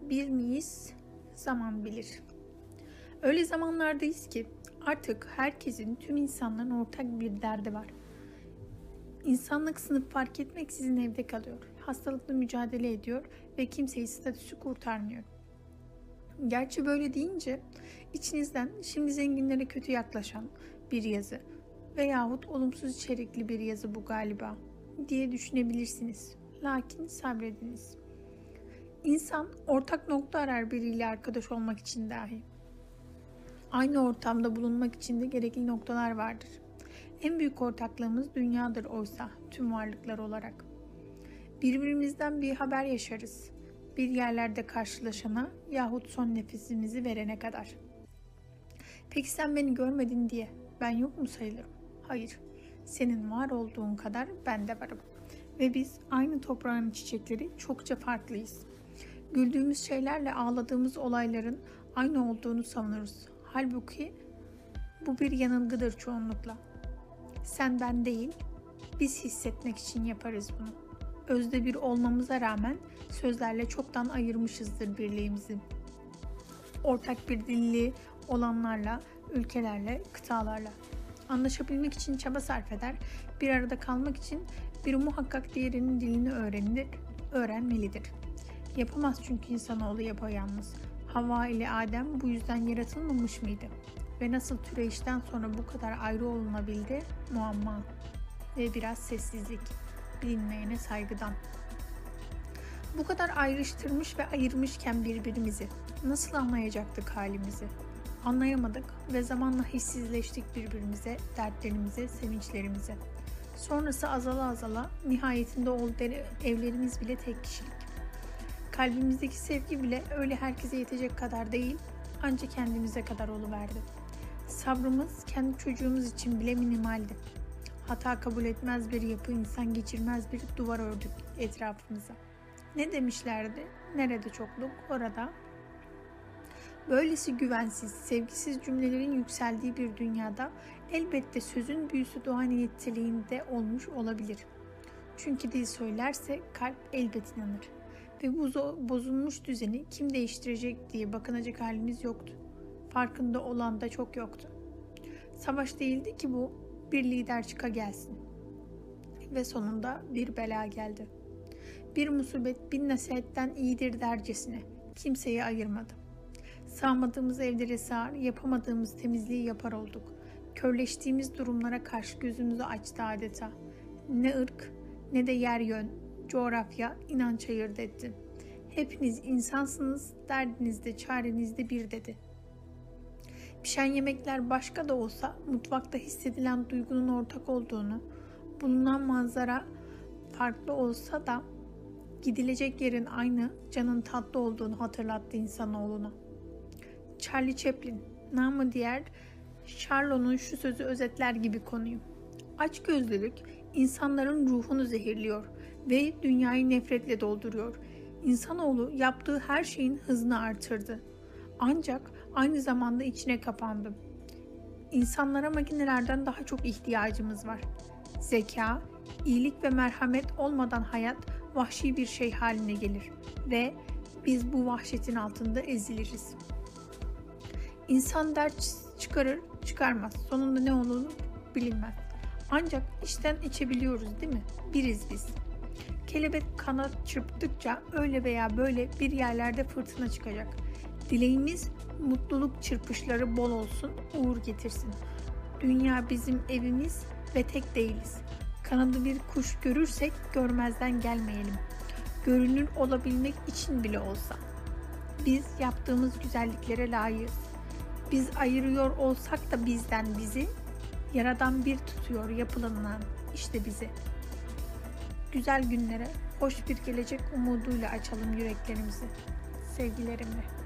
bir miyiz? Zaman bilir. Öyle zamanlardayız ki artık herkesin, tüm insanların ortak bir derdi var. İnsanlık sınıf fark etmeksizin evde kalıyor. Hastalıkla mücadele ediyor ve kimseyi statüsü kurtarmıyor. Gerçi böyle deyince içinizden şimdi zenginlere kötü yaklaşan bir yazı veyahut olumsuz içerikli bir yazı bu galiba diye düşünebilirsiniz. Lakin sabrediniz. İnsan ortak nokta arar biriyle arkadaş olmak için dahi. Aynı ortamda bulunmak için de gerekli noktalar vardır. En büyük ortaklığımız dünyadır oysa tüm varlıklar olarak. Birbirimizden bir haber yaşarız. Bir yerlerde karşılaşana yahut son nefesimizi verene kadar. Peki sen beni görmedin diye ben yok mu sayılırım? Hayır, senin var olduğun kadar ben de varım. Ve biz aynı toprağın çiçekleri çokça farklıyız. Güldüğümüz şeylerle ağladığımız olayların aynı olduğunu savunuruz. Halbuki bu bir yanılgıdır çoğunlukla. Sen ben değil, biz hissetmek için yaparız bunu. Özde bir olmamıza rağmen sözlerle çoktan ayırmışızdır birliğimizi. Ortak bir dilli olanlarla, ülkelerle, kıtalarla. Anlaşabilmek için çaba sarf eder, bir arada kalmak için biri muhakkak diğerinin dilini öğrenmelidir. Yapamaz çünkü insanoğlu yapayalnız. Havva ile Adem bu yüzden yaratılmamış mıydı? Ve nasıl türeyişten sonra bu kadar ayrı olunabildi? Muamma ve biraz sessizlik, bilinmeyene saygıdan. Bu kadar ayrıştırmış ve ayırmışken birbirimizi nasıl anlayacaktık halimizi? Anlayamadık ve zamanla hissizleştik birbirimize, dertlerimize, sevinçlerimize. Sonrası azala azala nihayetinde evlerimiz bile tek kişilik. Kalbimizdeki sevgi bile öyle herkese yetecek kadar değil, ancak kendimize kadar oluverdi. Sabrımız kendi çocuğumuz için bile minimaldi. Hata kabul etmez bir yapı, insan geçirmez bir duvar ördük etrafımıza. Ne demişlerdi? Nerede çokluk, orada. Böylesi güvensiz, sevgisiz cümlelerin yükseldiği bir dünyada elbette sözün büyüsü doğa niteliğinde olmuş olabilir. Çünkü dil söylerse kalp elbet inanır. Ve bu bozulmuş düzeni kim değiştirecek diye bakınacak halimiz yoktu. Farkında olan da çok yoktu. Savaş değildi ki bu, bir lider çıka gelsin. Ve sonunda bir bela geldi. Bir musibet bin nasihatten iyidir dercesine kimseyi ayırmadı. Sağmadığımız evlere sağar, yapamadığımız temizliği yapar olduk. Körleştiğimiz durumlara karşı gözümüzü açtı adeta. Ne ırk ne de yer yön, coğrafya, inanç ayırt etti. Hepiniz insansınız, derdinizde, çarenizde bir dedi. Pişen yemekler başka da olsa mutfakta hissedilen duygunun ortak olduğunu, bulunan manzara farklı olsa da gidilecek yerin aynı, canın tatlı olduğunu hatırlattı insanoğluna. Charlie Chaplin, namı diğer Charlot'un şu sözü özetler gibi konuyu. Açgözlülük insanların ruhunu zehirliyor ve dünyayı nefretle dolduruyor. İnsanoğlu yaptığı her şeyin hızını artırdı. Ancak aynı zamanda içine kapandı. İnsanlara makinelerden daha çok ihtiyacımız var. Zeka, iyilik ve merhamet olmadan hayat vahşi bir şey haline gelir ve biz bu vahşetin altında eziliriz. İnsan dert çıkarır, çıkarmaz. Sonunda ne olur bilinmez. Ancak içten içebiliyoruz değil mi? Biriz biz. Kelebek kanat çırptıkça öyle veya böyle bir yerlerde fırtına çıkacak. Dileğimiz mutluluk çırpışları bol olsun, uğur getirsin. Dünya bizim evimiz ve tek değiliz. Kanadı bir kuş görürsek görmezden gelmeyelim. Görünür olabilmek için bile olsa. Biz yaptığımız güzelliklere layığız. Biz ayırıyor olsak da bizden bizi, Yaradan bir tutuyor yapılanan işte bizi. Güzel günlere, hoş bir gelecek umuduyla açalım yüreklerimizi. Sevgilerimle.